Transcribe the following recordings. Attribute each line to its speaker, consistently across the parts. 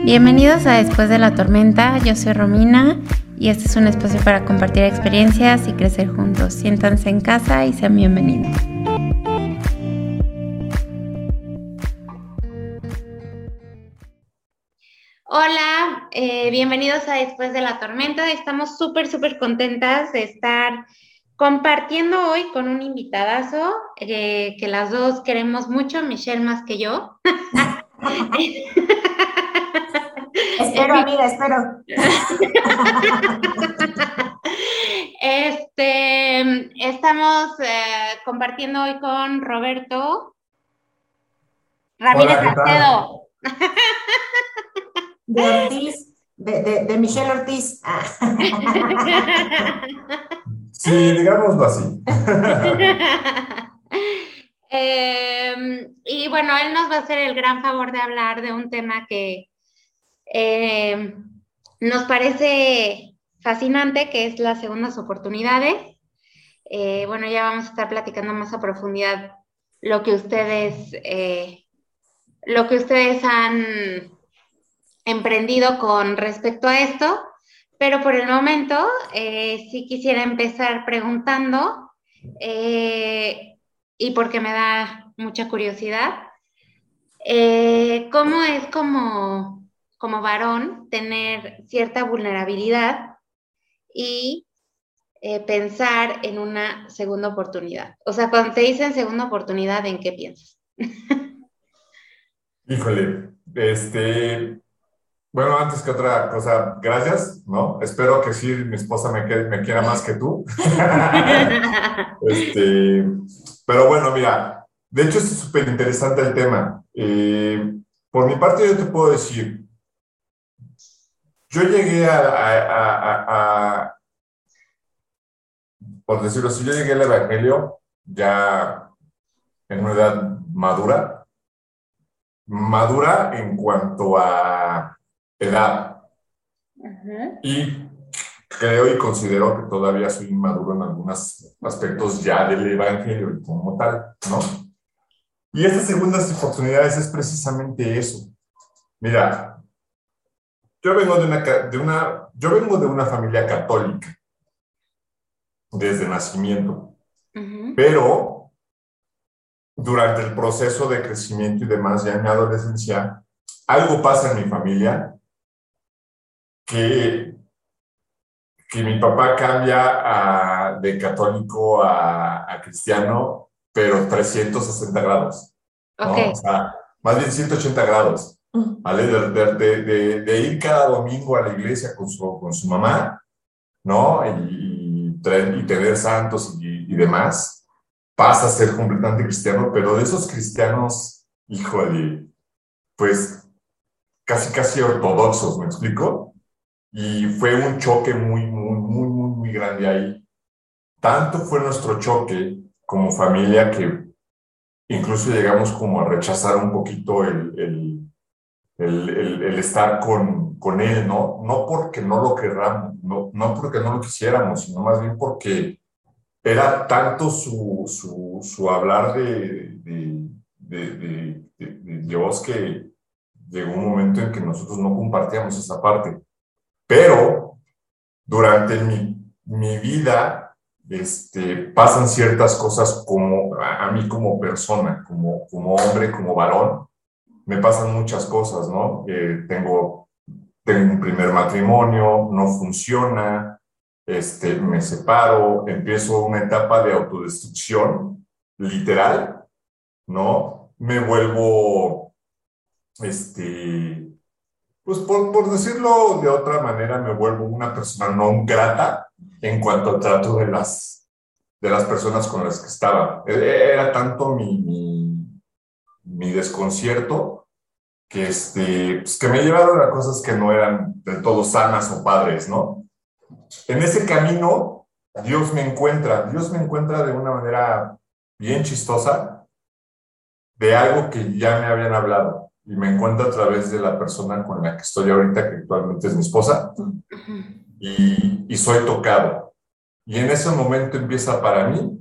Speaker 1: Bienvenidos a Después de la Tormenta, yo soy Romina y este es un espacio para compartir experiencias y crecer juntos. Siéntanse en casa y sean bienvenidos. Hola, bienvenidos a Después de la Tormenta. Estamos súper contentas de estar compartiendo hoy con un invitadazo que las dos queremos mucho, Michelle más que yo.
Speaker 2: Espero, amiga, espero.
Speaker 1: Estamos compartiendo hoy con Roberto Ramírez
Speaker 3: Hola, ¿qué tal?
Speaker 1: Salcedo.
Speaker 2: De Ortiz, de Michelle Ortiz.
Speaker 3: Sí, digámoslo así.
Speaker 1: Y bueno, él nos va a hacer el gran favor de hablar de un tema que nos parece fascinante, que es las segundas oportunidades. Bueno, ya vamos a estar platicando más a profundidad lo que ustedes han emprendido con respecto a esto, pero por el momento sí quisiera empezar preguntando, y porque me da mucha curiosidad, ¿cómo es como varón tener cierta vulnerabilidad y pensar en una segunda oportunidad? O sea, cuando te dicen segunda oportunidad, ¿en qué piensas?
Speaker 3: Híjole, bueno, antes que otra cosa, gracias, ¿no? Espero que sí, mi esposa me quiera más que tú. Este, pero bueno, mira, de hecho es súper interesante el tema. Por mi parte, yo te puedo decir, yo llegué por decirlo así, yo llegué al Evangelio ya en una edad madura en cuanto a edad.
Speaker 1: Ajá.
Speaker 3: Y creo y considero que todavía soy inmaduro en algunos aspectos ya del Evangelio como tal, ¿no? Y estas segundas oportunidades es precisamente eso. Mira, yo vengo yo vengo de una familia católica desde nacimiento,
Speaker 1: Uh-huh.
Speaker 3: pero durante el proceso de crecimiento y demás, ya en mi adolescencia, algo pasa en mi familia que mi papá cambia de católico a cristiano, pero 360 grados, ¿no?
Speaker 1: Ok.
Speaker 3: O sea, más bien 180 grados, ¿vale? De ir cada domingo a la iglesia con su mamá, ¿no? Y tener santos y demás, pasa a ser completamente cristiano, pero de esos cristianos, híjole, pues casi ortodoxos, ¿me explico? Y fue un choque muy grande ahí. Tanto fue nuestro choque como familia que incluso llegamos como a rechazar un poquito el estar con él, ¿no? No porque no lo querramos, no porque no lo quisiéramos, sino más bien porque era tanto su hablar de Dios que llegó un momento en que nosotros no compartíamos esa parte. Pero durante mi vida pasan ciertas cosas como a mí como persona, como hombre, como varón, me pasan muchas cosas, ¿no? Tengo un primer matrimonio, no funciona, me separo, empiezo una etapa de autodestrucción, literal, ¿no? Me vuelvo, pues por decirlo de otra manera, me vuelvo una persona no grata en cuanto al trato de las personas con las que estaba. Era tanto mi desconcierto que, pues que me llevaron a cosas que no eran del todo sanas o padres, ¿no? En ese camino, Dios me encuentra de una manera bien chistosa de algo que ya me habían hablado y me encuentra a través de la persona con la que estoy ahorita, que actualmente es mi esposa, y soy tocado. Y en ese momento empieza para mí,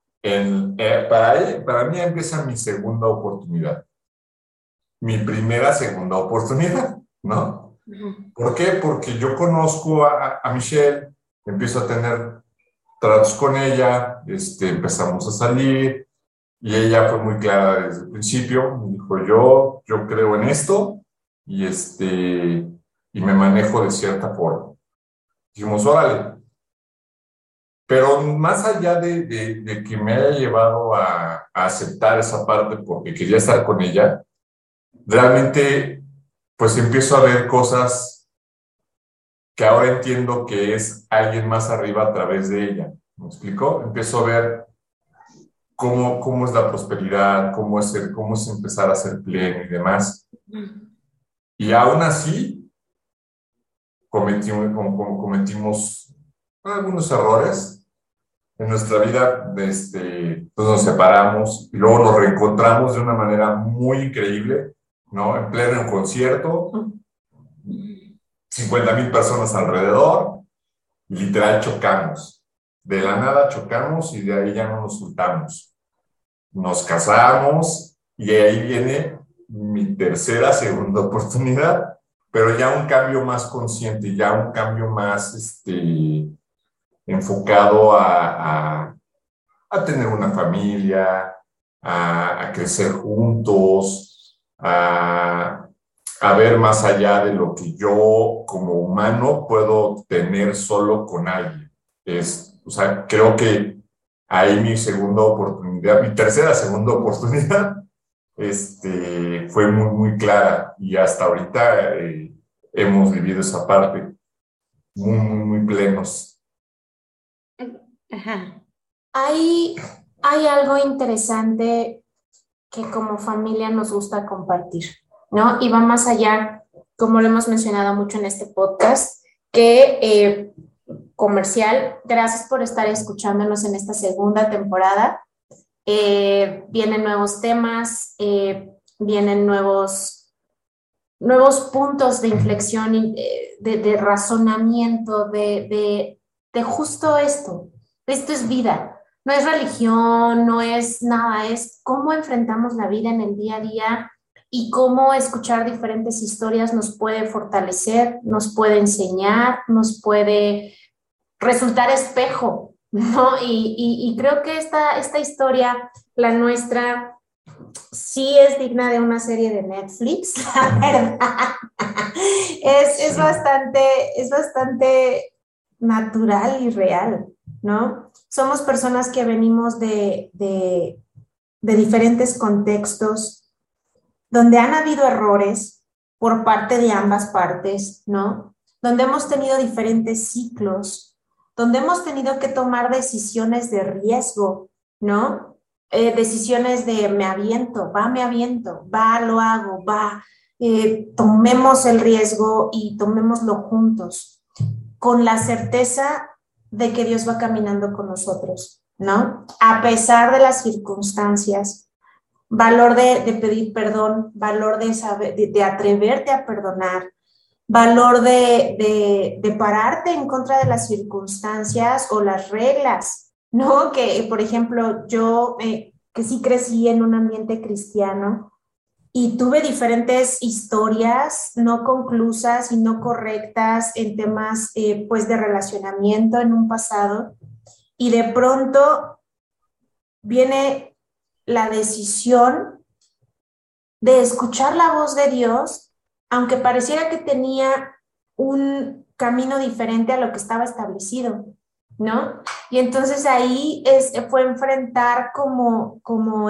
Speaker 3: para mí empieza mi segunda oportunidad. Mi primera segunda oportunidad. ¿no?
Speaker 1: Ujú.
Speaker 3: ¿Por qué? Porque yo conozco a Michelle, empiezo a tener tratos con ella, empezamos a salir y ella fue muy clara desde el principio, me dijo, yo creo en esto y, y me manejo de cierta forma. Dijimos, órale, pero más allá de que me haya llevado a aceptar esa parte porque quería estar con ella, realmente pues empiezo a ver cosas que ahora entiendo que es alguien más arriba a través de ella. ¿Me explico? Empiezo a ver cómo es la prosperidad, cómo es empezar a ser pleno y demás. Y aún así cometimos algunos errores en nuestra vida, pues nos separamos y luego nos reencontramos de una manera muy increíble, ¿no? En pleno concierto, 50,000 personas alrededor, y literal chocamos. De la nada chocamos y de ahí ya no nos soltamos. Nos casamos y ahí viene mi segunda oportunidad, pero ya un cambio más consciente, ya un cambio más enfocado a tener una familia, a crecer juntos, a ver más allá de lo que yo como humano puedo tener solo con alguien. O sea, creo que ahí mi segunda oportunidad, mi segunda oportunidad, fue muy, muy clara y hasta ahorita hemos vivido esa parte muy, muy, muy plenos.
Speaker 1: Ajá.
Speaker 2: Hay algo interesante que como familia nos gusta compartir, ¿no? Y va más allá, como lo hemos mencionado mucho en este podcast, que comercial. Gracias por estar escuchándonos en esta segunda temporada. Vienen nuevos temas, vienen nuevos puntos de inflexión, de razonamiento, de justo esto. Esto es vida. No es religión, no es nada, es cómo enfrentamos la vida en el día a día y cómo escuchar diferentes historias nos puede fortalecer, nos puede enseñar, nos puede resultar espejo, ¿no? Y creo que esta historia, la nuestra, sí es digna de una serie de Netflix, la verdad. Es bastante natural y real, ¿no? Somos personas que venimos de diferentes contextos, donde han habido errores por parte de ambas partes, ¿no? Donde hemos tenido diferentes ciclos, donde hemos tenido que tomar decisiones de riesgo, ¿no? Decisiones de me aviento, va, lo hago, va, tomemos el riesgo y tomémoslo juntos, con la certeza de que Dios va caminando con nosotros, ¿no? A pesar de las circunstancias, valor de pedir perdón, valor de saber, de atreverte a perdonar, valor de pararte en contra de las circunstancias o las reglas, ¿no? Que, por ejemplo, yo que sí crecí en un ambiente cristiano y tuve diferentes historias no conclusas y no correctas en temas, pues, de relacionamiento en un pasado, y de pronto viene la decisión de escuchar la voz de Dios, aunque pareciera que tenía un camino diferente a lo que estaba establecido, ¿no? Y entonces ahí fue enfrentar como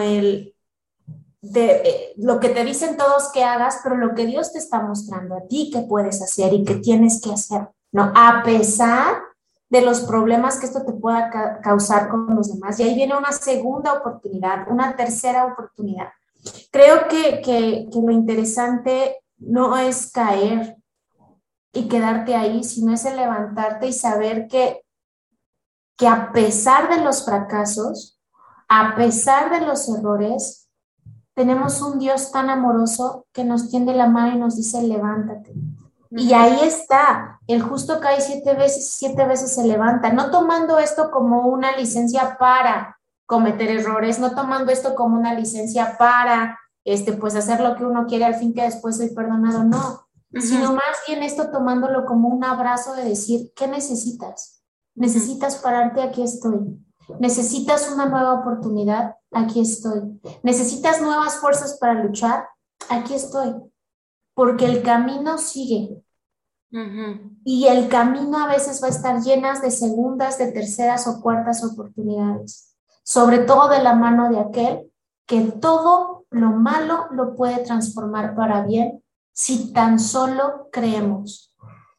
Speaker 2: lo que te dicen todos que hagas, pero lo que Dios te está mostrando a ti que puedes hacer y que tienes que hacer, ¿no? A pesar de los problemas que esto te pueda causar con los demás. Y ahí viene una segunda oportunidad, una tercera oportunidad. Creo que lo interesante no es caer y quedarte ahí, sino es el levantarte y saber que a pesar de los fracasos, a pesar de los errores, tenemos un Dios tan amoroso que nos tiende la mano y nos dice, levántate. Y ahí está, el justo cae 7 veces y 7 veces se levanta, no tomando esto como una licencia para cometer errores, no tomando esto como una licencia para pues hacer lo que uno quiere al fin que después soy perdonado, no, sino más bien esto tomándolo como un abrazo de decir, ¿qué necesitas? ¿Necesitas pararte? Aquí estoy. ¿Necesitas una nueva oportunidad? Aquí estoy. ¿Necesitas nuevas fuerzas para luchar? Aquí estoy. Porque el camino sigue. Y el camino a veces va a estar llenas de segundas, de terceras o cuartas oportunidades. Sobre todo de la mano de aquel que todo lo malo lo puede transformar para bien si tan solo creemos.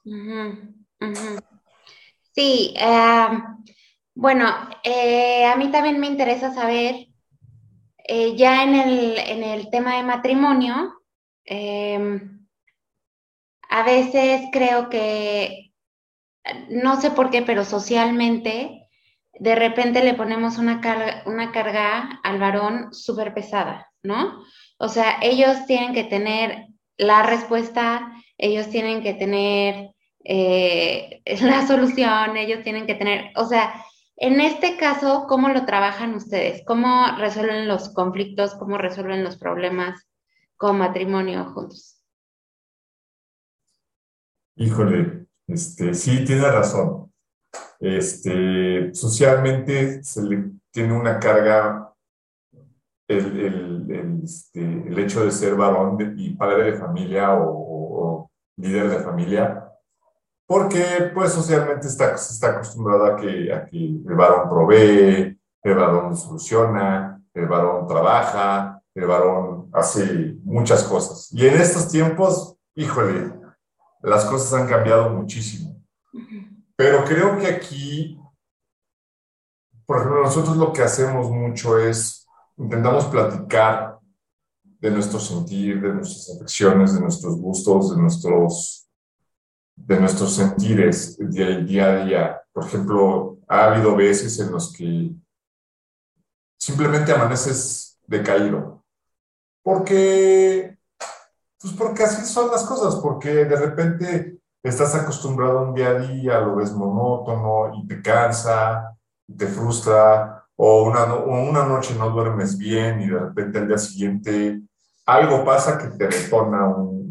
Speaker 1: Sí, bueno, a mí también me interesa saber, ya en el tema de matrimonio, a veces creo que, no sé por qué, pero socialmente, de repente le ponemos una carga al varón súper pesada, ¿no? O sea, ellos tienen que tener la respuesta, ellos tienen que tener la solución, ellos tienen que tener, o sea, en este caso, ¿cómo lo trabajan ustedes? ¿Cómo resuelven los conflictos? ¿Cómo resuelven los problemas con matrimonio juntos?
Speaker 3: Híjole, sí, tiene razón. Socialmente se le tiene una carga el hecho de ser varón y padre de familia o líder de familia, porque pues socialmente se está acostumbrado a que el varón provee, el varón soluciona, el varón trabaja, el varón hace muchas cosas. Y en estos tiempos, híjole, las cosas han cambiado muchísimo. Pero creo que aquí, por ejemplo, nosotros lo que hacemos mucho es intentamos platicar de nuestro sentir, de nuestras afecciones, de nuestros gustos, de nuestros sentires del día a día. Por ejemplo, ha habido veces en los que simplemente amaneces decaído. Porque así son las cosas, porque de repente estás acostumbrado a un día a día, lo ves monótono y te cansa, y te frustra, o una noche no duermes bien y de repente al día siguiente algo pasa que te detona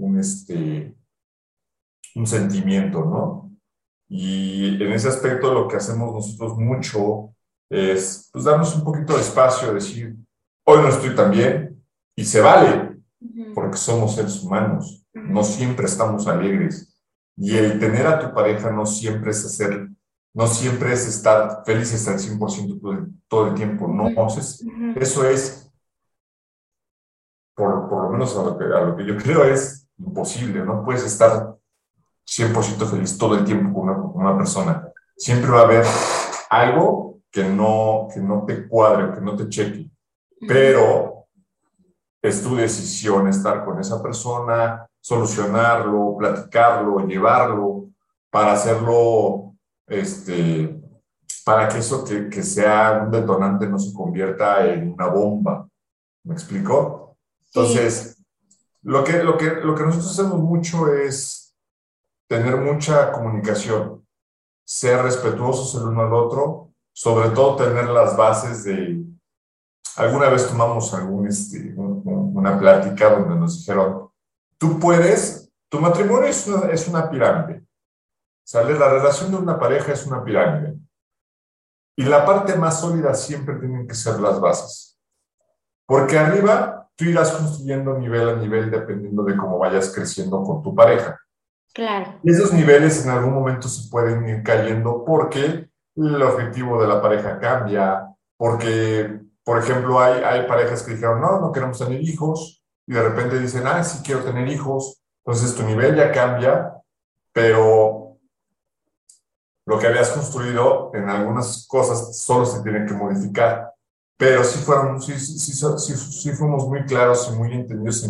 Speaker 3: un sentimiento, ¿no? Y en ese aspecto lo que hacemos nosotros mucho es pues, darnos un poquito de espacio, decir, hoy no estoy tan bien y se vale, porque somos seres humanos, no siempre estamos alegres. Y el tener a tu pareja no siempre es estar felices al 100% todo el tiempo, no. Entonces, eso es, por lo menos a lo que yo creo, es imposible, no puedes estar 100% feliz todo el tiempo con una persona. Siempre va a haber algo que no te cuadre, que no te cheque, pero es tu decisión estar con esa persona, solucionarlo, platicarlo, llevarlo, para hacerlo, para que eso que sea un detonante no se convierta en una bomba. ¿Me explico? Entonces, sí. Lo que nosotros hacemos mucho es tener mucha comunicación, ser respetuosos el uno al otro, sobre todo tener las bases de... Alguna vez tomamos una plática donde nos dijeron, tu matrimonio es una pirámide, ¿sale? La relación de una pareja es una pirámide. Y la parte más sólida siempre tienen que ser las bases. Porque arriba tú irás construyendo nivel a nivel dependiendo de cómo vayas creciendo con tu pareja.
Speaker 1: Claro.
Speaker 3: Y esos niveles en algún momento se pueden ir cayendo porque el objetivo de la pareja cambia, porque... Por ejemplo, hay parejas que dijeron, no queremos tener hijos, y de repente dicen, sí quiero tener hijos. Entonces tu nivel ya cambia, pero lo que habías construido en algunas cosas solo se tiene que modificar. Pero sí fuimos muy claros y muy entendidos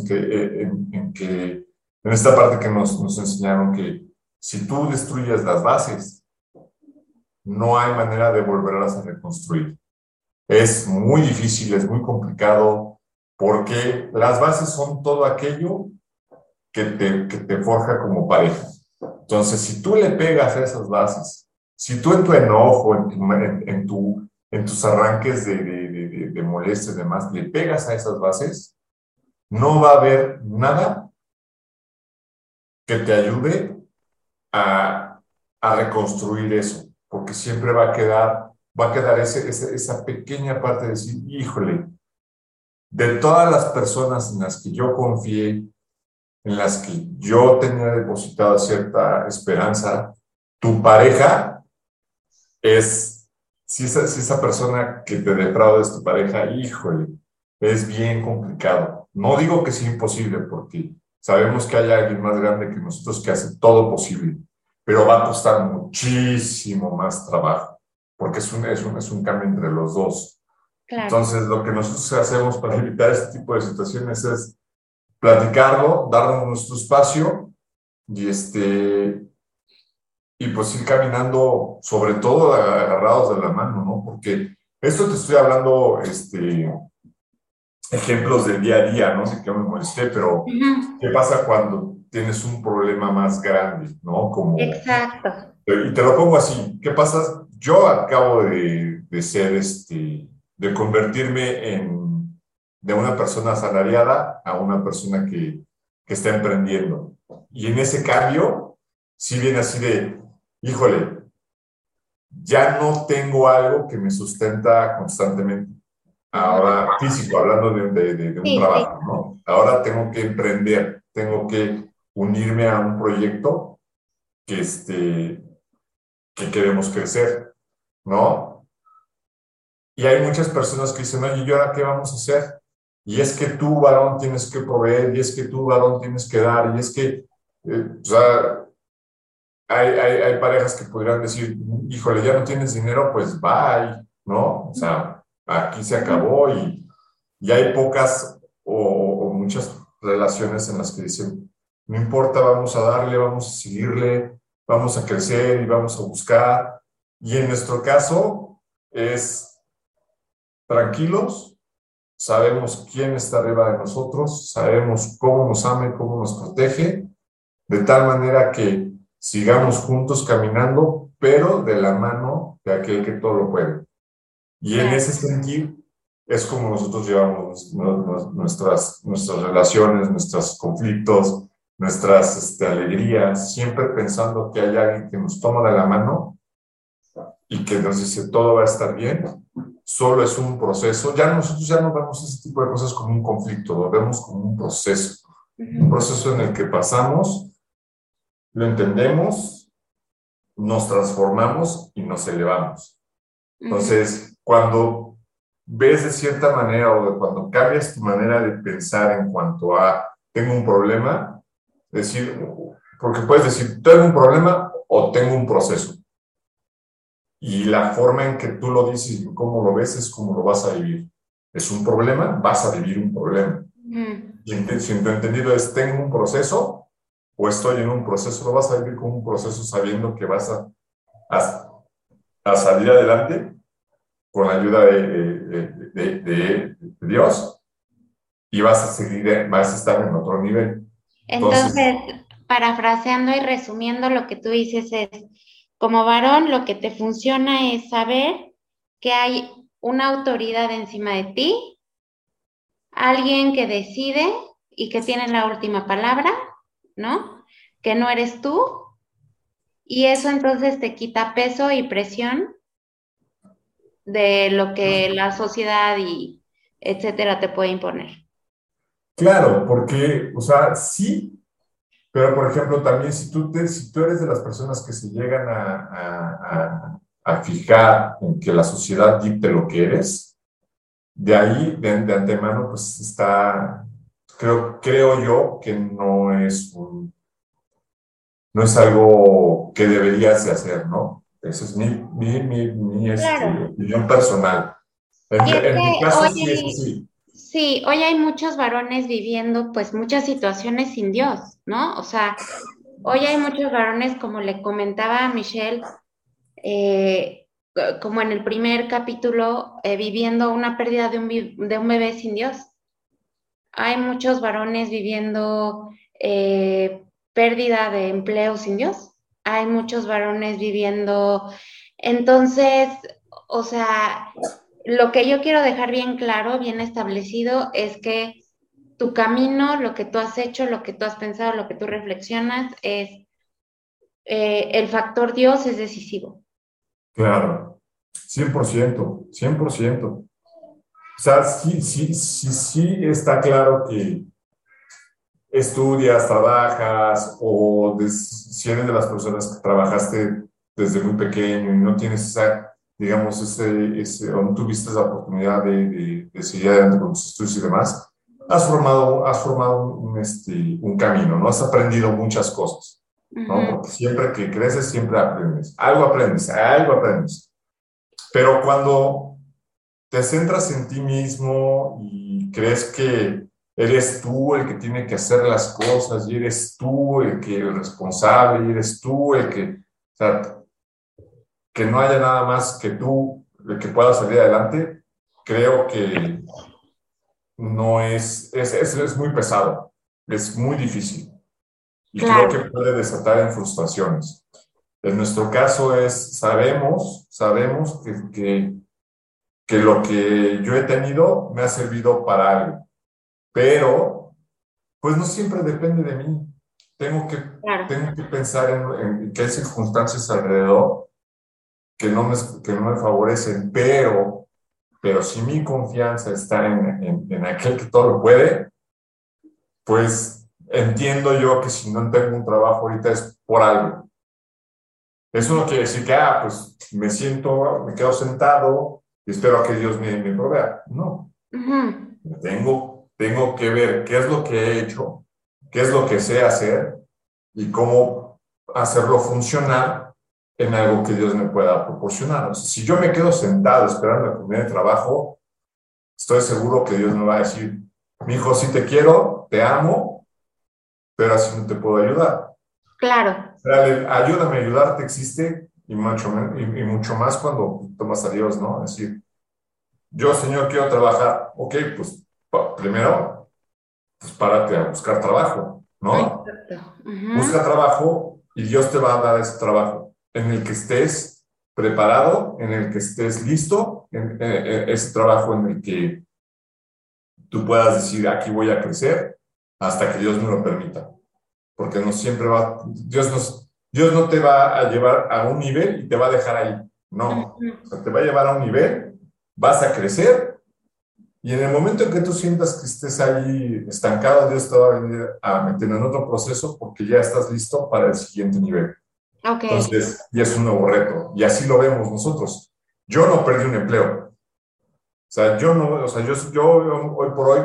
Speaker 3: en esta parte que nos enseñaron que si tú destruyes las bases, no hay manera de volverlas a reconstruir. Es muy difícil, es muy complicado, porque las bases son todo aquello que te forja como pareja. Entonces, si tú le pegas a esas bases, si tú en tu enojo, en tus arranques de molestia y demás, le pegas a esas bases, no va a haber nada que te ayude a reconstruir eso, porque siempre va a quedar esa pequeña parte de decir, híjole, de todas las personas en las que yo confié, en las que yo tenía depositada cierta esperanza, tu pareja es, si esa persona que te defrauda es tu pareja, híjole, es bien complicado. No digo que sea imposible, porque sabemos que hay alguien más grande que nosotros que hace todo posible, pero va a costar muchísimo más trabajo, porque es un cambio entre los dos.
Speaker 1: Claro.
Speaker 3: Entonces, lo que nosotros hacemos para evitar este tipo de situaciones es platicarlo, darnos nuestro espacio y y pues ir caminando, sobre todo agarrados de la mano, ¿no? Porque esto te estoy hablando, ejemplos del día a día, ¿no? Sé que me molesté, pero
Speaker 1: Ujú.
Speaker 3: ¿qué pasa cuando tienes un problema más grande, ¿no? Como,
Speaker 1: Exacto.
Speaker 3: y te lo pongo así, ¿qué pasa? Yo acabo de ser, de convertirme de una persona asalariada a una persona que está emprendiendo. Y en ese cambio, sí viene así de, híjole, ya no tengo algo que me sustenta constantemente.
Speaker 1: Ujú.
Speaker 3: Ahora, físico, hablando de un
Speaker 1: Sí, sí.
Speaker 3: trabajo, ¿no? Ahora tengo que emprender, tengo que unirme a un proyecto que, que queremos crecer, ¿no? Y hay muchas personas que dicen, oye, ¿y ahora qué vamos a hacer? Y es que tú, varón, tienes que proveer, y es que tú, varón, tienes que dar, y es que, o sea, hay parejas que podrían decir, híjole, ya no tienes dinero, pues bye, ¿no? O sea, aquí se acabó y hay pocas o muchas relaciones en las que dicen, no importa, vamos a darle, vamos a seguirle, vamos a crecer y vamos a buscar. Y en nuestro caso es tranquilos, sabemos quién está arriba de nosotros, sabemos cómo nos ama y cómo nos protege, de tal manera que sigamos juntos caminando, pero de la mano de aquel que todo lo puede. Y en
Speaker 1: Claro.
Speaker 3: ese sentido es como nosotros llevamos nuestras relaciones, nuestros conflictos, nuestras alegrías, siempre pensando que hay alguien que nos toma de la mano y que nos dice todo va a estar bien. Solo es un proceso. Ya nosotros ya no vemos ese tipo de cosas como un conflicto, lo vemos como un
Speaker 1: Ujú.
Speaker 3: proceso en el que pasamos, lo entendemos, nos transformamos y nos elevamos.
Speaker 1: Ujú.
Speaker 3: Entonces, cuando ves de cierta manera o de cuando cambias tu manera de pensar en cuanto a tengo un problema, decir, porque puedes decir tengo un problema o tengo un proceso. Y la forma en que tú lo dices y cómo lo ves es cómo lo vas a vivir. Es un problema, vas a vivir un problema.
Speaker 1: Ujú.
Speaker 3: Y si tu entendido es tengo un proceso o estoy en un proceso, lo vas a vivir como un proceso sabiendo que vas a, a salir adelante con la ayuda de Dios y vas a seguir, vas a estar en otro nivel. Entonces,
Speaker 1: Entonces, parafraseando y resumiendo lo que tú dices es, como varón, lo que te funciona es saber que hay una autoridad encima de ti, alguien que decide y que tiene la última palabra, ¿no? Que no eres tú, y eso entonces te quita peso y presión de lo que la sociedad y etcétera te puede imponer.
Speaker 3: claro, porque, o sea, sí, pero por ejemplo, también si tú eres de las personas que se llegan a fijar en que la sociedad dicte lo que eres, de ahí, de antemano, pues está, creo yo que no es algo que deberías de hacer, ¿no? Esa es mi
Speaker 1: Claro.
Speaker 3: opinión personal.
Speaker 1: Y es
Speaker 3: En mi
Speaker 1: que
Speaker 3: caso sí es
Speaker 1: hoy,
Speaker 3: así.
Speaker 1: sí, hoy hay muchos varones viviendo pues muchas situaciones sin Dios, ¿no? O sea, hoy hay muchos varones, como le comentaba a Michelle, como en el primer capítulo, viviendo una pérdida de un bebé sin Dios. Hay muchos varones viviendo pérdida de empleo sin Dios. Hay muchos varones viviendo. Entonces, o sea, lo que yo quiero dejar bien claro, bien establecido, es que tu camino, lo que tú has hecho, lo que tú has pensado, lo que tú reflexionas, el factor Dios es decisivo.
Speaker 3: Claro, 100%, 100%. O sea, sí está claro que estudias, trabajas si eres de las personas que trabajaste desde muy pequeño y no tienes esa, digamos, o no tuviste la oportunidad de seguir adelante con tus estudios y demás, has formado un camino, ¿no? Has aprendido muchas cosas, ¿no? Porque siempre que creces, siempre aprendes. Algo aprendes, algo aprendes. Pero cuando te centras en ti mismo y crees que eres tú el que tiene que hacer las cosas y eres tú el responsable y eres tú o sea, que no haya nada más que tú el que pueda salir adelante, creo que no es muy pesado, es muy difícil y
Speaker 1: Claro.
Speaker 3: creo que puede desatar en frustraciones. En nuestro caso sabemos que lo que yo he tenido me ha servido para algo, pero pues no siempre depende de mí. Tengo que,
Speaker 1: Claro.
Speaker 3: tengo que pensar en que hay circunstancias alrededor que no me favorecen, pero si mi confianza está en aquel que todo lo puede, pues entiendo yo que si no tengo un trabajo ahorita es por algo. Eso no quiere decir que, pues me quedo sentado y espero a que Dios me provea. No. Tengo que ver qué es lo que he hecho, qué es lo que sé hacer y cómo hacerlo funcionar en algo que Dios me pueda proporcionar. O sea, si yo me quedo sentado esperando a que me dé trabajo, estoy seguro que Dios me va a decir, mi hijo, sí te quiero, te amo, pero así no te puedo ayudar.
Speaker 1: Claro.
Speaker 3: Ayúdame a ayudarte existe y mucho más cuando tomas a Dios, ¿no? Es decir, yo, Señor, quiero trabajar. Ok, pues primero, pues párate a buscar trabajo, ¿no?
Speaker 1: Exacto.
Speaker 3: Busca trabajo y Dios te va a dar ese trabajo en el que estés preparado, en el que estés listo, ese trabajo en el que tú puedas decir, aquí voy a crecer hasta que Dios me lo permita. Porque no siempre Dios no te va a llevar a un nivel y te va a dejar ahí. No, o sea, te va a llevar a un nivel, vas a crecer y en el momento en que tú sientas que estés ahí estancado, Dios te va a venir a meter en otro proceso porque ya estás listo para el siguiente nivel.
Speaker 1: Okay.
Speaker 3: Entonces, ya es un nuevo reto y así lo vemos nosotros. Yo no perdí un empleo. O sea, yo hoy por hoy,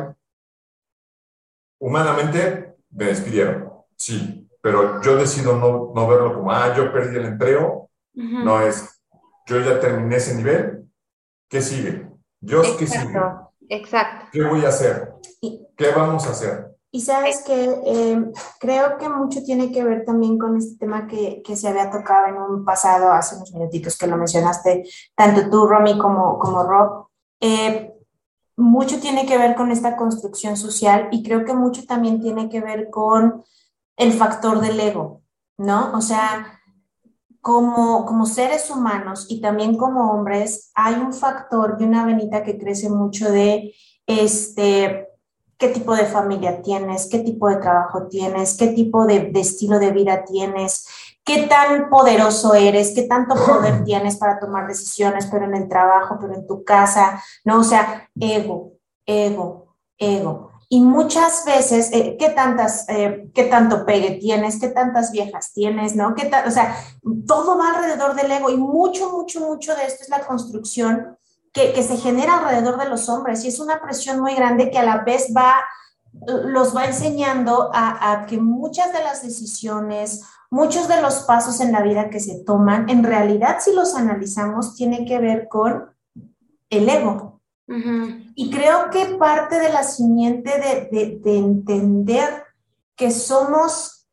Speaker 3: humanamente, me despidieron. Sí, pero yo decido no verlo como, yo perdí el empleo. No es, yo ya terminé ese nivel. ¿Qué sigue? Dios, ¿qué sigue?
Speaker 1: Exacto.
Speaker 3: ¿Qué voy a hacer? ¿Qué vamos a hacer?
Speaker 2: Y sabes que creo que mucho tiene que ver también con este tema que se había tocado en un pasado, hace unos minutitos que lo mencionaste, tanto tú, Romy, como Rob. Mucho tiene que ver con esta construcción social y creo que mucho también tiene que ver con el factor del ego, ¿no? O sea, como seres humanos y también como hombres, hay un factor y una venita que crece mucho de qué tipo de familia tienes, qué tipo de trabajo tienes, qué tipo de estilo de vida tienes, qué tan poderoso eres, qué tanto poder tienes para tomar decisiones, pero en el trabajo, pero en tu casa, ¿no? O sea, ego, ego, ego. Y muchas veces, qué tanto pegue tienes, qué tantas viejas tienes, ¿no? O sea, todo va alrededor del ego y mucho, mucho, mucho de esto es la construcción que se genera alrededor de los hombres y es una presión muy grande que a la vez los va enseñando a que muchas de las decisiones, muchos de los pasos en la vida que se toman, en realidad si los analizamos, tiene que ver con el ego. Y creo que parte de la simiente de entender que somos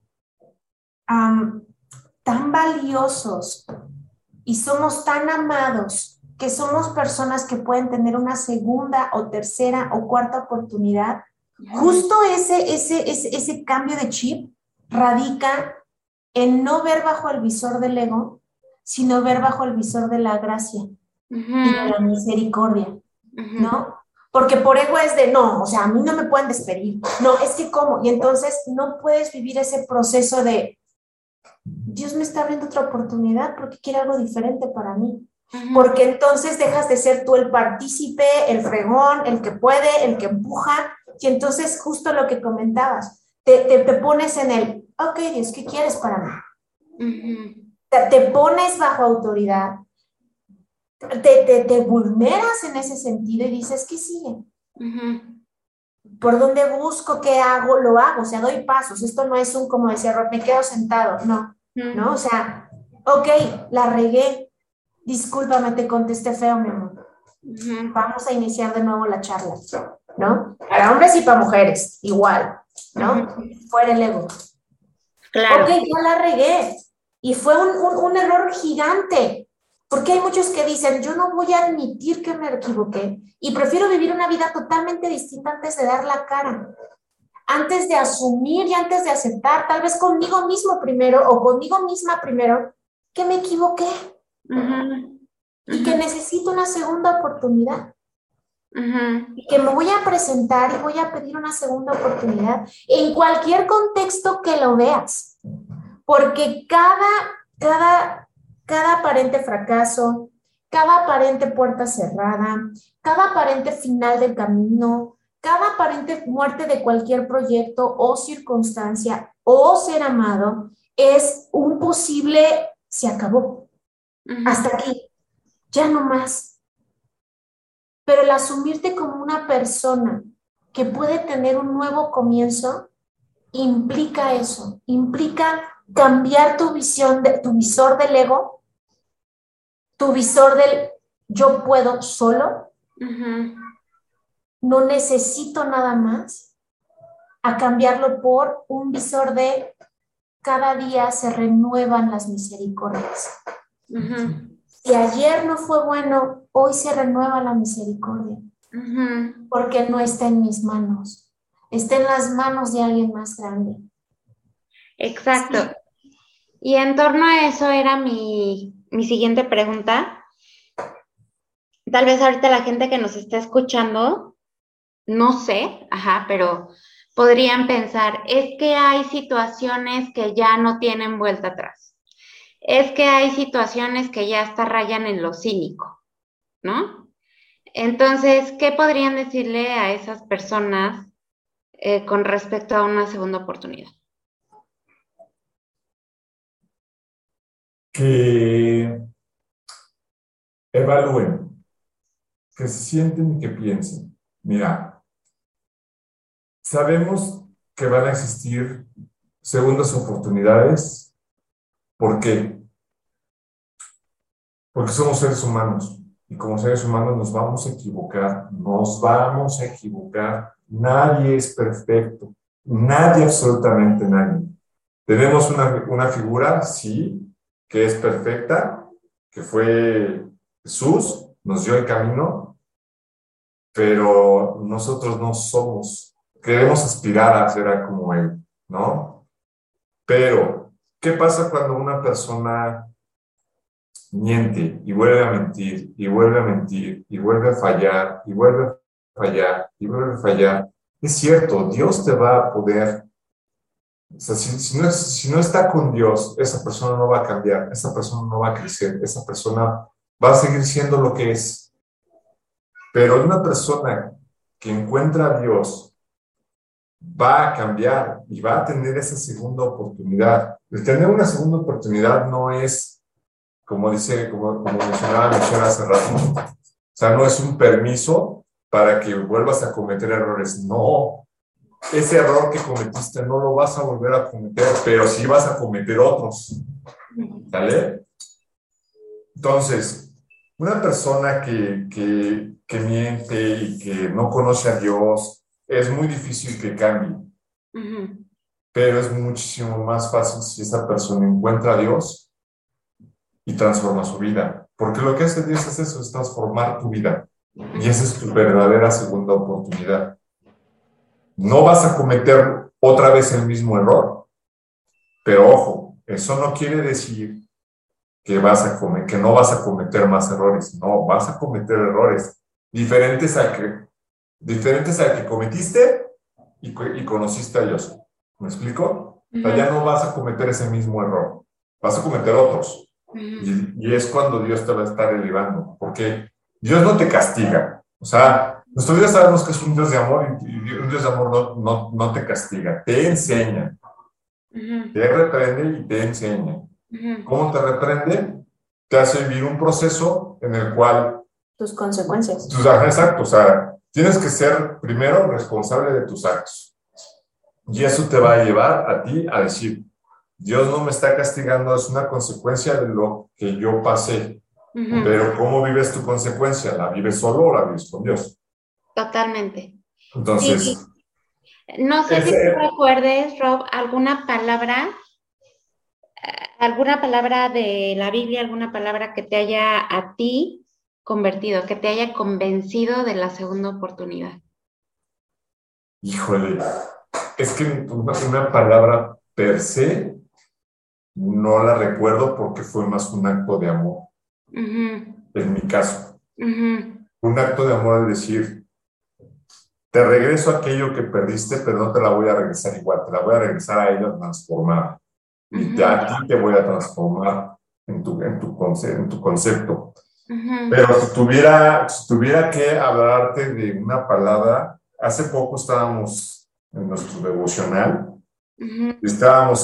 Speaker 2: tan valiosos y somos tan amados que somos personas que pueden tener una segunda o tercera o cuarta oportunidad, justo ese cambio de chip radica en no ver bajo el visor del ego, sino ver bajo el visor de la gracia y de la misericordia, ¿no? Porque por ego es de, no, o sea, a mí no me pueden despedir. No, es que ¿cómo? Y entonces no puedes vivir ese proceso de, Dios me está abriendo otra oportunidad porque quiere algo diferente para mí. Porque entonces dejas de ser tú el partícipe, el fregón, el que puede, el que empuja, y entonces justo lo que comentabas, te pones en el, ok, Dios, ¿qué quieres para mí? Te pones bajo autoridad, te vulneras en ese sentido y dices, ¿qué sigue? ¿Por dónde busco? ¿Qué hago? Lo hago, o sea, doy pasos. Esto no es un, como decía Rob, me quedo sentado, no, ¿no? O sea, ok, la regué, discúlpame, te contesté feo, mi amor. Vamos a iniciar de nuevo la charla, ¿no? Para hombres y para mujeres, igual, ¿no? Fuera el ego.
Speaker 1: Claro.
Speaker 2: Ok, ya la regué. Y fue un error gigante. Porque hay muchos que dicen, yo no voy a admitir que me equivoqué y prefiero vivir una vida totalmente distinta antes de dar la cara. Antes de asumir y antes de aceptar, tal vez conmigo mismo primero o conmigo misma primero, que me equivoqué. Y que necesito una segunda oportunidad. Y que me voy a presentar y voy a pedir una segunda oportunidad en cualquier contexto que lo veas. Porque cada aparente fracaso, cada aparente puerta cerrada, cada aparente final del camino, cada aparente muerte de cualquier proyecto o circunstancia o ser amado es un posible se acabó. Hasta aquí. Ya no más. Pero el asumirte como una persona que puede tener un nuevo comienzo implica eso, implica cambiar tu visión, tu visor del ego, tu visor del yo puedo solo, no necesito nada más, a cambiarlo por un visor de cada día se renuevan las misericordias. Si ayer no fue bueno, hoy se renueva la misericordia. Porque no está en mis manos, está en las manos de alguien más grande.
Speaker 1: Exacto. Sí. Y en torno a eso era mi siguiente pregunta. Tal vez ahorita la gente que nos está escuchando, no sé, pero podrían pensar, es que hay situaciones que ya no tienen vuelta atrás. Es que hay situaciones que ya hasta rayan en lo cínico, ¿no? Entonces, ¿qué podrían decirle a esas personas con respecto a una segunda oportunidad?
Speaker 3: Que evalúen, que se sienten y que piensen. Mira, sabemos que van a existir segundas oportunidades. ¿Por qué? Porque somos seres humanos y como seres humanos nos vamos a equivocar. Nadie es perfecto, nadie, absolutamente nadie. Tenemos una figura, sí, que es perfecta, que fue Jesús, nos dio el camino, pero nosotros no somos, queremos aspirar a ser como Él, ¿no? Pero, ¿qué pasa cuando una persona miente y vuelve a mentir y vuelve a mentir y vuelve a fallar y vuelve a fallar y vuelve a fallar? Es cierto, Dios te va a poder. O sea, si no está con Dios, esa persona no va a cambiar, esa persona no va a crecer, esa persona va a seguir siendo lo que es. Pero una persona que encuentra a Dios va a cambiar y va a tener esa segunda oportunidad. El tener una segunda oportunidad no es, como mencionaba Michelle hace rato, o sea, no es un permiso para que vuelvas a cometer errores. No. Ese error que cometiste no lo vas a volver a cometer, pero sí vas a cometer otros. ¿Vale? Entonces, una persona que miente y que no conoce a Dios, es muy difícil que cambie. Pero es muchísimo más fácil si esa persona encuentra a Dios y transforma su vida. Porque lo que hace Dios es eso, es transformar tu vida. Y esa es tu verdadera segunda oportunidad. No vas a cometer otra vez el mismo error, pero ojo, eso no quiere decir que no vas a cometer más errores. No, vas a cometer errores diferentes diferentes al que cometiste y conociste a Dios. ¿Me explico? O sea, ya no vas a cometer ese mismo error, vas a cometer otros. Y es cuando Dios te va a estar elevando, porque Dios no te castiga. O sea, nuestro Dios sabemos que es un Dios de amor y un Dios de amor no te castiga, te enseña. Te reprende y te enseña. ¿Cómo te reprende? Te hace vivir un proceso en el cual...
Speaker 2: Tus consecuencias.
Speaker 3: Exacto, o sea, tienes que ser primero responsable de tus actos. Y eso te va a llevar a ti a decir, Dios no me está castigando, es una consecuencia de lo que yo pasé. Pero ¿cómo vives tu consecuencia? ¿La vives solo o la vives con Dios?
Speaker 1: Totalmente.
Speaker 3: Entonces...
Speaker 1: Sí. No sé si tú recuerdes, Rob, alguna palabra de la Biblia, alguna palabra que te haya a ti convertido, que te haya convencido de la segunda oportunidad.
Speaker 3: Híjole, es que una palabra per se no la recuerdo porque fue más un acto de amor, en mi caso. Un acto de amor es decir, te regreso aquello que perdiste, pero no te la voy a regresar igual, te la voy a regresar a ella transformada. Y a ti te voy a transformar en tu concepto. Pero si tuviera que hablarte de una palabra, hace poco estábamos en nuestro devocional, estábamos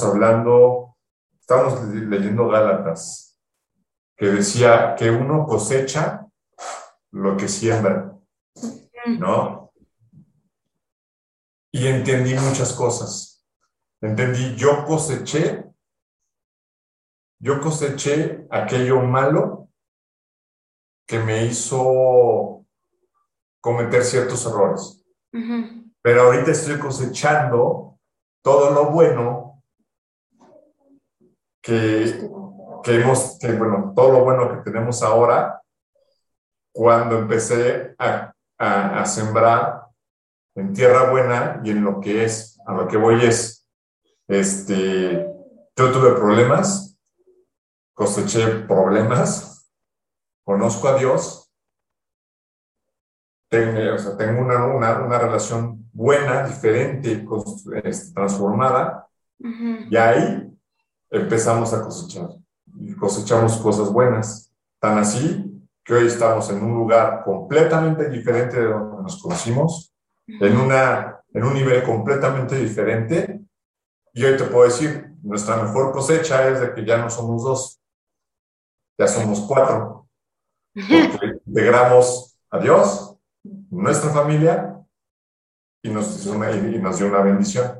Speaker 3: leyendo Gálatas, que decía que uno cosecha lo que siembra, ¿no? Y entendí muchas cosas. Entendí, yo coseché aquello malo que me hizo cometer ciertos errores. Pero ahorita estoy cosechando todo lo bueno todo lo bueno que tenemos ahora cuando empecé a sembrar en tierra buena y en lo que es, a lo que voy es, yo tuve problemas, coseché problemas, conozco a Dios, tengo una relación buena, diferente, transformada, y ahí empezamos a cosechar, y cosechamos cosas buenas, tan así que hoy estamos en un lugar completamente diferente de donde nos conocimos, en un nivel completamente diferente, y hoy te puedo decir, nuestra mejor cosecha es de que ya no somos 2, ya somos 4, porque integramos a Dios, nuestra familia, y nos dio una bendición.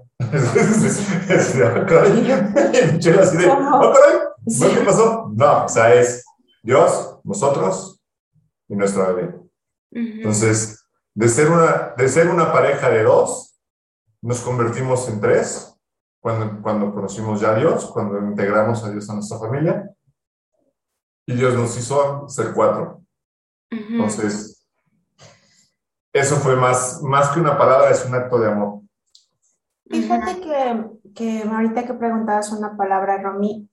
Speaker 3: ¿Qué pasó? No, o sea, es Dios, nosotros y nuestra bebé. Entonces, de ser una pareja de 2, nos convertimos en 3 cuando conocimos ya a Dios, cuando integramos a Dios a nuestra familia, y Dios nos hizo ser 4. Entonces, eso fue más que una palabra, es un acto de amor.
Speaker 2: Fíjate que ahorita que preguntabas una palabra, Romy,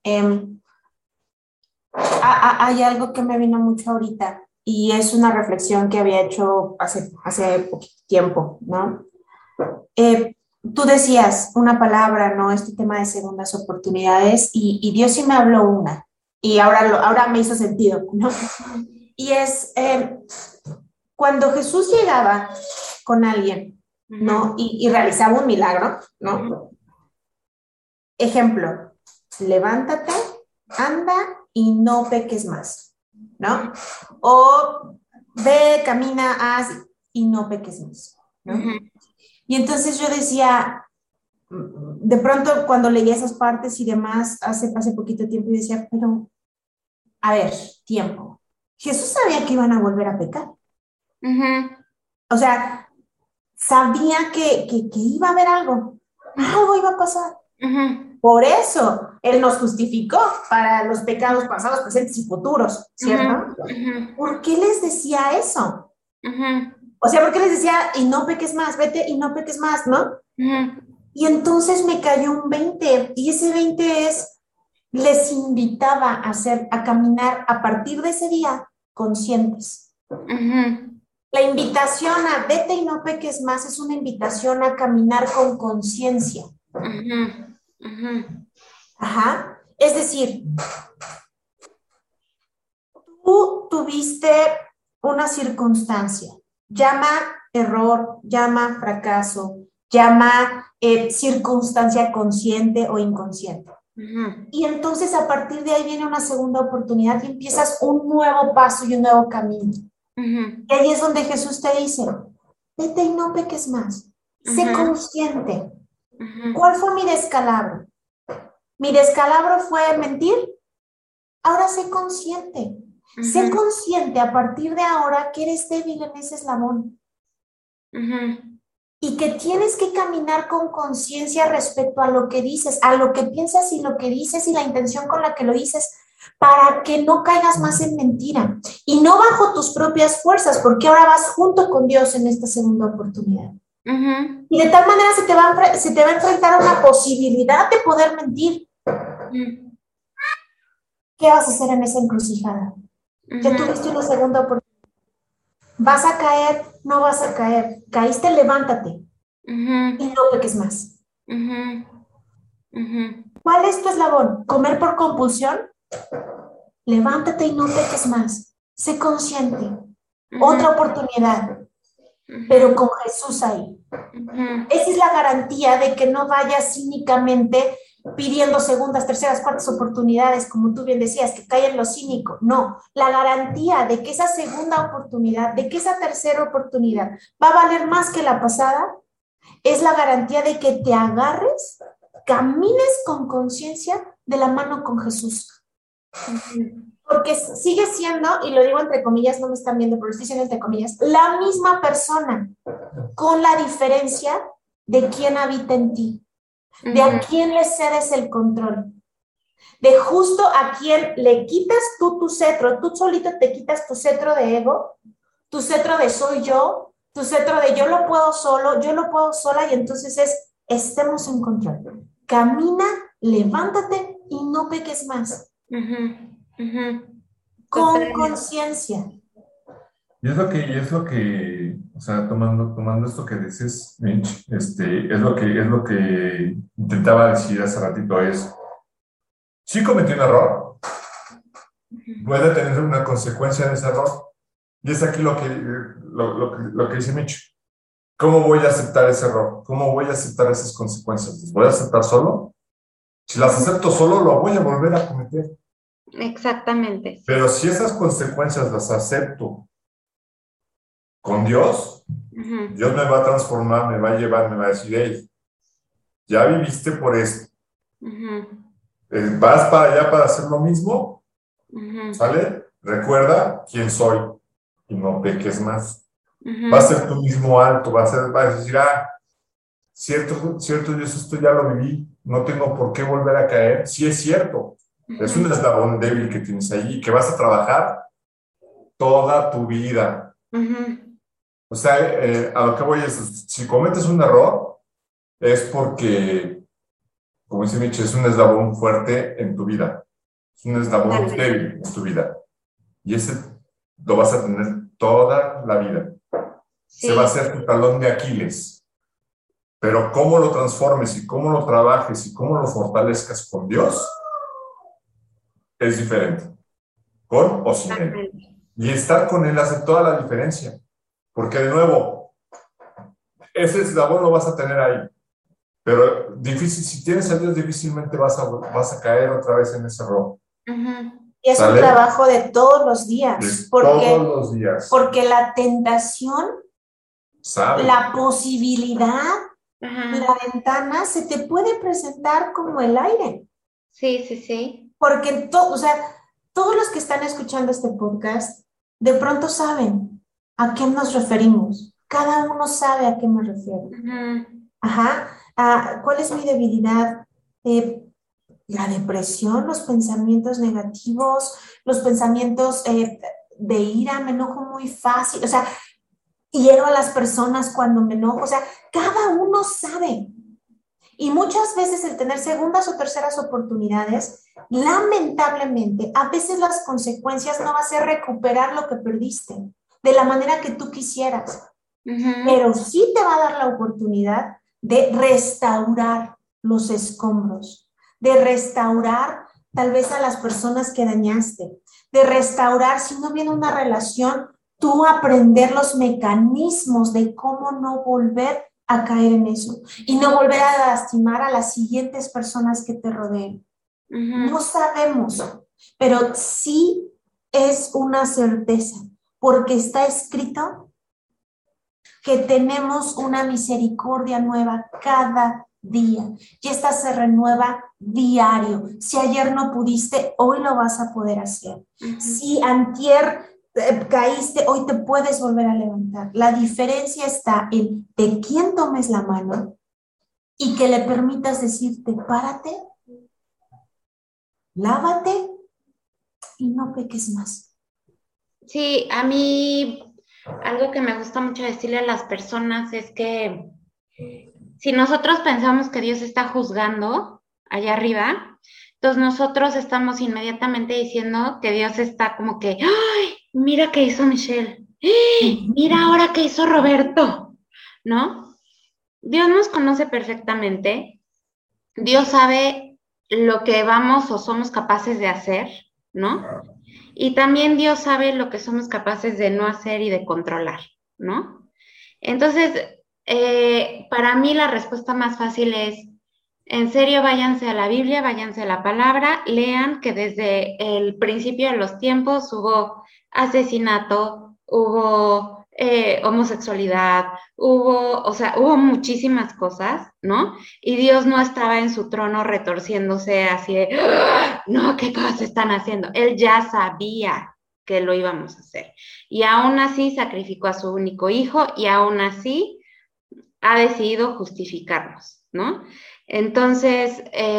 Speaker 2: hay algo que me vino mucho ahorita y es una reflexión que había hecho hace poquito tiempo, ¿no? Tú decías una palabra, ¿no? Este tema de segundas oportunidades y Dios sí me habló una y ahora me hizo sentido, ¿no? Y es cuando Jesús llegaba con alguien, ¿no? Y realizaba un milagro, ¿no? Ejemplo, levántate, anda y no peques más, ¿no? O ve, camina, haz y no peques más, ¿no? Y entonces yo decía, de pronto cuando leía esas partes y demás, hace poquito tiempo, yo decía, pero, a ver, tiempo. Jesús sabía que iban a volver a pecar. O sea, sabía que iba a haber algo iba a pasar. Por eso Él nos justificó para los pecados pasados, presentes y futuros, ¿cierto? ¿Por qué les decía eso? O sea, ¿por qué les decía, y no peques más, vete y no peques más, ¿no? Y entonces me cayó un 20, y ese 20 les invitaba a caminar a partir de ese día conscientes. La invitación a vete y no peques más es una invitación a caminar con conciencia. Ajá. Es decir, tú tuviste una circunstancia, llama error, llama fracaso, llama circunstancia consciente o inconsciente. Y entonces a partir de ahí viene una segunda oportunidad y empiezas un nuevo paso y un nuevo camino. Y ahí es donde Jesús te dice, vete y no peques más, sé consciente. ¿Cuál fue mi descalabro? Mi descalabro fue mentir. Ahora sé consciente. Sé consciente a partir de ahora que eres débil en ese eslabón. Y que tienes que caminar con conciencia respecto a lo que dices, a lo que piensas y lo que dices y la intención con la que lo dices, para que no caigas más en mentira. Y no bajo tus propias fuerzas, porque ahora vas junto con Dios en esta segunda oportunidad. Y de tal manera se te va a enfrentar a una posibilidad de poder mentir. ¿Qué vas a hacer en esa encrucijada? Ya tuviste una segunda oportunidad. ¿Vas a caer? No vas a caer. Caíste, levántate. Y no peques más. ¿Cuál es tu eslabón? ¿Comer por compulsión? Levántate y no peques más. Sé consciente. Otra oportunidad. Pero con Jesús ahí. Esa es la garantía de que no vayas cínicamente pidiendo segundas, terceras, cuartas oportunidades, como tú bien decías, que cae en lo cínico. No, la garantía de que esa segunda oportunidad, de que esa tercera oportunidad va a valer más que la pasada, es la garantía de que te agarres, camines con conciencia de la mano con Jesús. Porque sigue siendo, y lo digo entre comillas, no me están viendo, pero lo estoy diciendo entre comillas, la misma persona, con la diferencia de quién habita en ti. De a quién le cedes el control, de justo a quién le quitas tú tu cetro, tú solito te quitas tu cetro de ego, tu cetro de soy yo, tu cetro de yo lo puedo solo, yo lo puedo sola, y entonces estemos en control. Camina, levántate y no peques más. Con conciencia.
Speaker 3: Y es lo que, o sea, tomando esto que dices, Mitch, es lo que intentaba decir hace ratito, si cometí un error, puede tener una consecuencia de ese error. Y es aquí lo que dice Mitch. ¿Cómo voy a aceptar ese error? ¿Cómo voy a aceptar esas consecuencias? ¿Las voy a aceptar solo? Si las acepto solo, lo voy a volver a cometer.
Speaker 1: Exactamente.
Speaker 3: Pero si esas consecuencias las acepto con Dios, Dios me va a transformar, me va a llevar, me va a decir, hey, ya viviste por esto. ¿Vas para allá para hacer lo mismo? ¿Sale? Recuerda quién soy y no peques más. Va a ser tu mismo alto, va a decir, cierto, Dios, esto ya lo viví, no tengo por qué volver a caer. Sí es cierto, es un eslabón débil que tienes ahí, que vas a trabajar toda tu vida. O sea, a lo que voy es, si cometes un error, es porque, como dice Mitch, es un eslabón fuerte en tu vida. Es un eslabón débil en tu vida. Y ese lo vas a tener toda la vida. Sí. Se va a hacer tu talón de Aquiles. Pero cómo lo transformes y cómo lo trabajes y cómo lo fortalezcas con Dios, es diferente. Con o sin Él. Y estar con Él hace toda la diferencia. Porque de nuevo, ese eslabón lo vas a tener ahí. Pero difícil, si tienes a Dios, difícilmente vas a caer otra vez en ese error.
Speaker 2: Y es un trabajo de todos los días.
Speaker 3: Todos los días.
Speaker 2: Porque la tentación, la posibilidad, la ventana, se te puede presentar como el aire.
Speaker 1: Sí.
Speaker 2: Porque todos los que están escuchando este podcast, de pronto saben a qué nos referimos. Cada uno sabe a qué me refiero. ¿Cuál es mi debilidad? La depresión, los pensamientos negativos, los pensamientos de ira, me enojo muy fácil, hiero a las personas cuando me enojo, cada uno sabe. Y muchas veces el tener segundas o terceras oportunidades, lamentablemente, a veces las consecuencias no va a ser recuperar lo que perdiste. de la manera que tú quisieras, pero sí te va a dar la oportunidad de restaurar los escombros, de restaurar tal vez a las personas que dañaste, de restaurar, si no viene una relación, tú aprender los mecanismos de cómo no volver a caer en eso y no volver a lastimar a las siguientes personas que te rodeen. No sabemos, pero sí es una certeza, porque está escrito que tenemos una misericordia nueva cada día y esta se renueva diario. Si ayer no pudiste, hoy lo vas a poder hacer. Si antier caíste, hoy te puedes volver a levantar. La diferencia está en de quién tomes la mano y que le permitas decirte, párate, lávate y no peques más.
Speaker 1: Sí, a mí algo que me gusta mucho decirle a las personas es que si nosotros pensamos que Dios está juzgando allá arriba, entonces nosotros estamos inmediatamente diciendo que Dios está como que, ¡ay! Mira qué hizo Michelle, ¡ay! Mira ahora qué hizo Roberto, ¿no? Dios nos conoce perfectamente, Dios sabe lo que vamos o somos capaces de hacer, ¿no? Y también Dios sabe lo que somos capaces de no hacer y de controlar, ¿no? Entonces, para mí la respuesta más fácil es, en serio, váyanse a la Biblia, váyanse a la palabra, lean que desde el principio de los tiempos hubo asesinato, hubo homosexualidad, hubo muchísimas cosas, ¿no? Y Dios no estaba en su trono retorciéndose así de, ¡ah! No, ¿qué cosas están haciendo? Él ya sabía que lo íbamos a hacer. Y aún así sacrificó a su único hijo y aún así ha decidido justificarnos, ¿no? Entonces,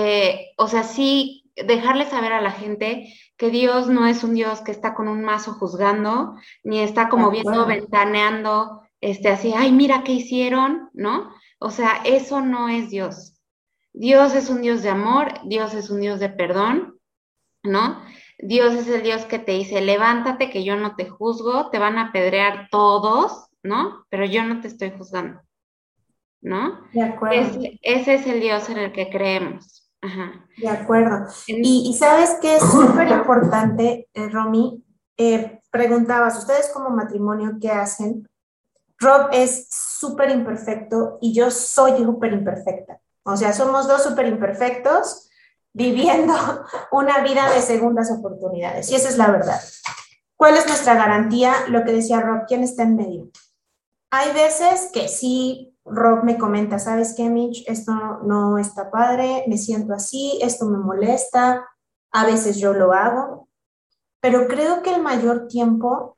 Speaker 1: sí, dejarle saber a la gente que Dios no es un Dios que está con un mazo juzgando, ni está como viendo, ventaneando, así, ay, mira qué hicieron, ¿no? O sea, eso no es Dios. Dios es un Dios de amor, Dios es un Dios de perdón, ¿no? Dios es el Dios que te dice, levántate, que yo no te juzgo, te van a apedrear todos, ¿no? Pero yo no te estoy juzgando, ¿no?
Speaker 2: De acuerdo.
Speaker 1: Ese es el Dios en el que creemos. Ajá.
Speaker 2: De acuerdo. Y sabes que es súper importante, Romy, preguntabas, ¿ustedes como matrimonio qué hacen? Rob es súper imperfecto y yo soy súper imperfecta. O sea, somos dos súper imperfectos viviendo una vida de segundas oportunidades. Y esa es la verdad. ¿Cuál es nuestra garantía? Lo que decía Rob, ¿quién está en medio? Hay veces que sí, Rob me comenta, ¿sabes qué, Mitch? Esto no está padre, me siento así, esto me molesta, a veces yo lo hago, pero creo que el mayor tiempo,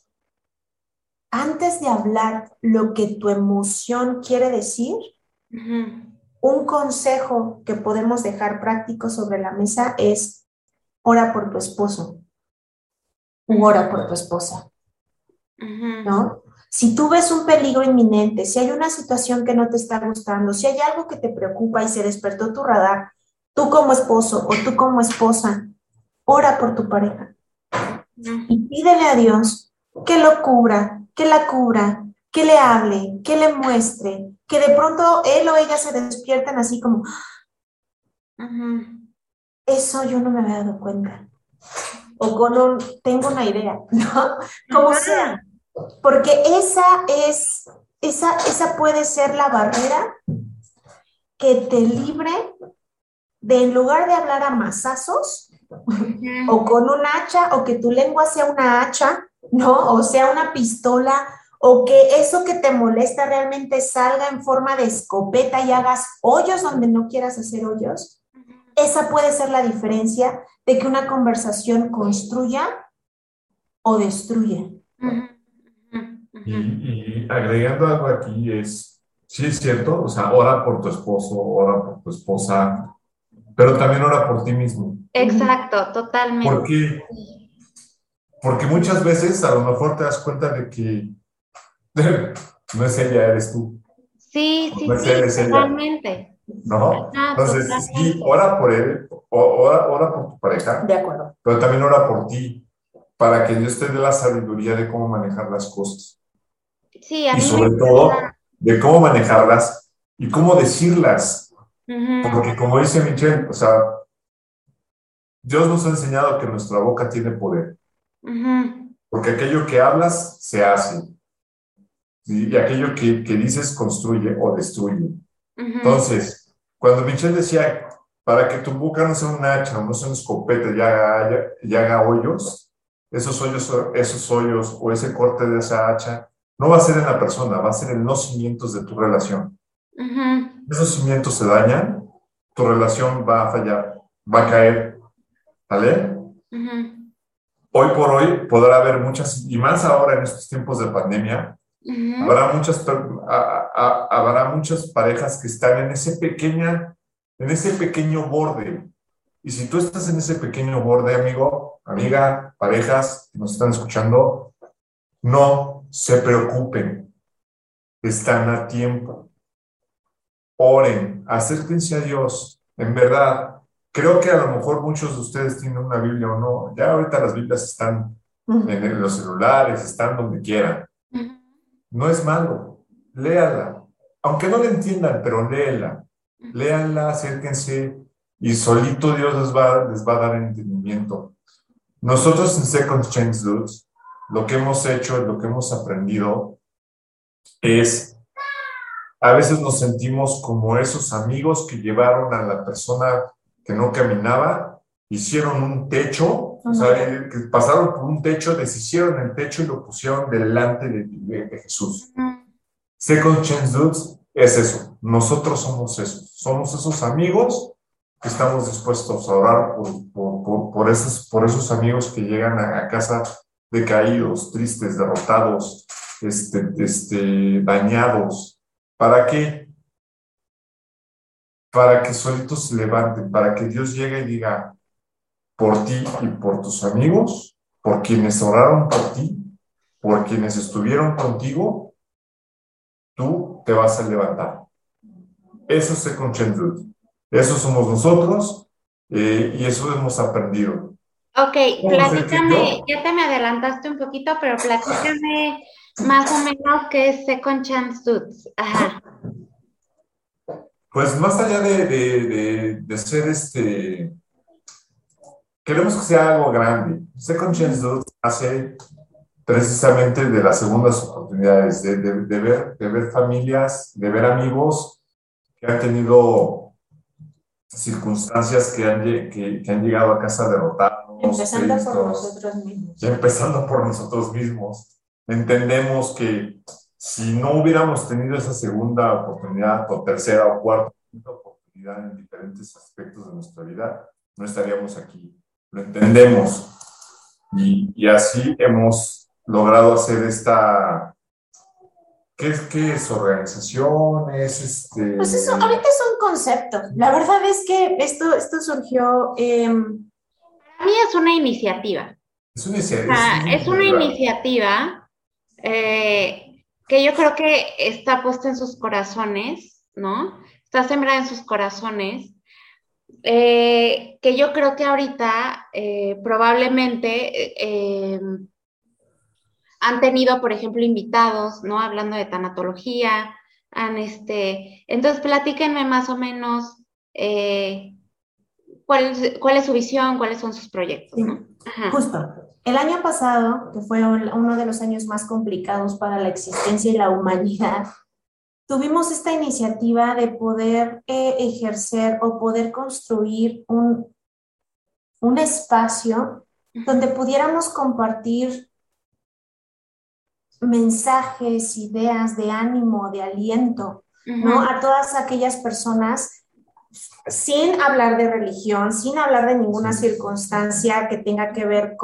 Speaker 2: antes de hablar lo que tu emoción quiere decir, un consejo que podemos dejar práctico sobre la mesa es, ora por tu esposo, u ora por tu esposa, ¿no? Si tú ves un peligro inminente, si hay una situación que no te está gustando, si hay algo que te preocupa y se despertó tu radar, tú como esposo o tú como esposa, ora por tu pareja y pídele a Dios que lo cubra, que la cubra, que le hable, que le muestre, que de pronto él o ella se despierten así como, eso yo no me había dado cuenta, o tengo una idea, ¿no? Como sea. Porque esa puede ser la barrera que te libre de, en lugar de hablar a mazazos o con un hacha, o que tu lengua sea una hacha, ¿no? O sea una pistola, o que eso que te molesta realmente salga en forma de escopeta y hagas hoyos donde no quieras hacer hoyos. Esa puede ser la diferencia de que una conversación construya o destruya.
Speaker 3: Y agregando algo aquí sí es cierto, o sea, ora por tu esposo, ora por tu esposa, pero también ora por ti mismo.
Speaker 1: Exacto, totalmente.
Speaker 3: Porque muchas veces a lo mejor te das cuenta de que no es ella, eres tú.
Speaker 1: Sí,
Speaker 3: no es él, es
Speaker 1: totalmente.
Speaker 3: Ella, ¿no? Entonces,
Speaker 1: totalmente.
Speaker 3: sí, ora por él, ora por tu pareja.
Speaker 2: De acuerdo.
Speaker 3: Pero también ora por ti. para que Dios te dé la sabiduría de cómo manejar las cosas.
Speaker 1: Sí, a
Speaker 3: Y
Speaker 1: mí me
Speaker 3: sobre todo,
Speaker 1: encanta.
Speaker 3: de cómo manejarlas y cómo decirlas.
Speaker 1: Ujú,
Speaker 3: Porque como dice Michelle, o sea, Dios nos ha enseñado que nuestra boca tiene poder.
Speaker 1: ujú,
Speaker 3: Porque aquello que hablas se hace. ¿Sí? Y aquello que dices construye o destruye.
Speaker 1: ujú,
Speaker 3: Entonces, cuando Michelle decía, para que tu boca no sea un hacha o no sea un escopeta y haga hoyos, esos hoyos o ese corte de esa hacha no va a ser en la persona, va a ser en los cimientos de tu relación.
Speaker 1: ujú,
Speaker 3: Esos cimientos se dañan, tu relación va a fallar, va a caer, ¿vale?
Speaker 1: ujú,
Speaker 3: Hoy por hoy podrá haber muchas, y más ahora en estos tiempos de pandemia,
Speaker 1: ujú,
Speaker 3: habrá muchas parejas que están en ese pequeño borde. Y si tú estás en ese pequeño borde, amigo, amiga, parejas que nos están escuchando, no se preocupen, están a tiempo. Oren, acérquense a Dios. En verdad, creo que a lo mejor muchos de ustedes tienen una Biblia o no. Ya ahorita las Biblias están en los celulares, están donde quieran.
Speaker 1: ujú.
Speaker 3: No es malo, léala. Aunque no la entiendan, pero léela. Léanla, acérquense y solito Dios les va a dar entendimiento. Nosotros en Second Chance Dudes, lo que hemos hecho, lo que hemos aprendido es, a veces nos sentimos como esos amigos que llevaron a la persona que no caminaba, hicieron un techo, o sea, que pasaron por un techo, deshicieron el techo y lo pusieron delante de Jesús. Second Chance Dudes es eso. Nosotros somos esos. Somos esos amigos que estamos dispuestos a orar por esos amigos que llegan a casa decaídos, tristes, derrotados, dañados. ¿Para qué? Para que solitos se levanten, para que Dios llegue y diga, por ti y por tus amigos, por quienes oraron por ti, por quienes estuvieron contigo, tú te vas a levantar. Eso es Second Chance Dude. Eso somos nosotros y eso hemos aprendido.
Speaker 1: Ok,
Speaker 3: ¿Cómo se
Speaker 1: platícame,
Speaker 3: entendió?
Speaker 1: ya te me adelantaste un poquito, pero platícame más o menos qué es Second Chance Dudes. Ajá.
Speaker 3: Pues más allá de ser queremos que sea algo grande. Second Chance Dude hace precisamente de las segundas oportunidades, de ver familias, de ver amigos que han tenido circunstancias que han llegado a casa derrotados,
Speaker 2: Empezando por
Speaker 3: tristes,
Speaker 2: nosotros mismos.
Speaker 3: ya empezando por nosotros mismos. Entendemos que si no hubiéramos tenido esa segunda oportunidad o tercera o cuarta oportunidad en diferentes aspectos de nuestra vida, no estaríamos aquí. Lo entendemos y así hemos logrado hacer esta. ¿Qué es organización?
Speaker 2: Pues eso, ahorita es un concepto. La verdad es que esto surgió,
Speaker 1: Para mí es una iniciativa.
Speaker 3: Es una, es
Speaker 1: Ah,
Speaker 3: una
Speaker 1: es una
Speaker 3: iniciativa.
Speaker 1: iniciativa que yo creo que está puesta en sus corazones, ¿no? Está sembrada en sus corazones, que yo creo que ahorita probablemente han tenido, por ejemplo, invitados, ¿no? Hablando de tanatología, entonces platíquenme más o menos cuál es su visión, cuáles son sus proyectos,
Speaker 2: sí,
Speaker 1: ¿no? Ajá.
Speaker 2: justo, el año pasado, que fue uno de los años más complicados para la existencia y la humanidad, tuvimos esta iniciativa de poder ejercer o poder construir un espacio donde pudiéramos compartir mensajes, ideas de ánimo, de aliento, ¿no?
Speaker 1: Ujú,
Speaker 2: A todas aquellas personas sin hablar de religión, sin hablar de ninguna circunstancia que tenga que ver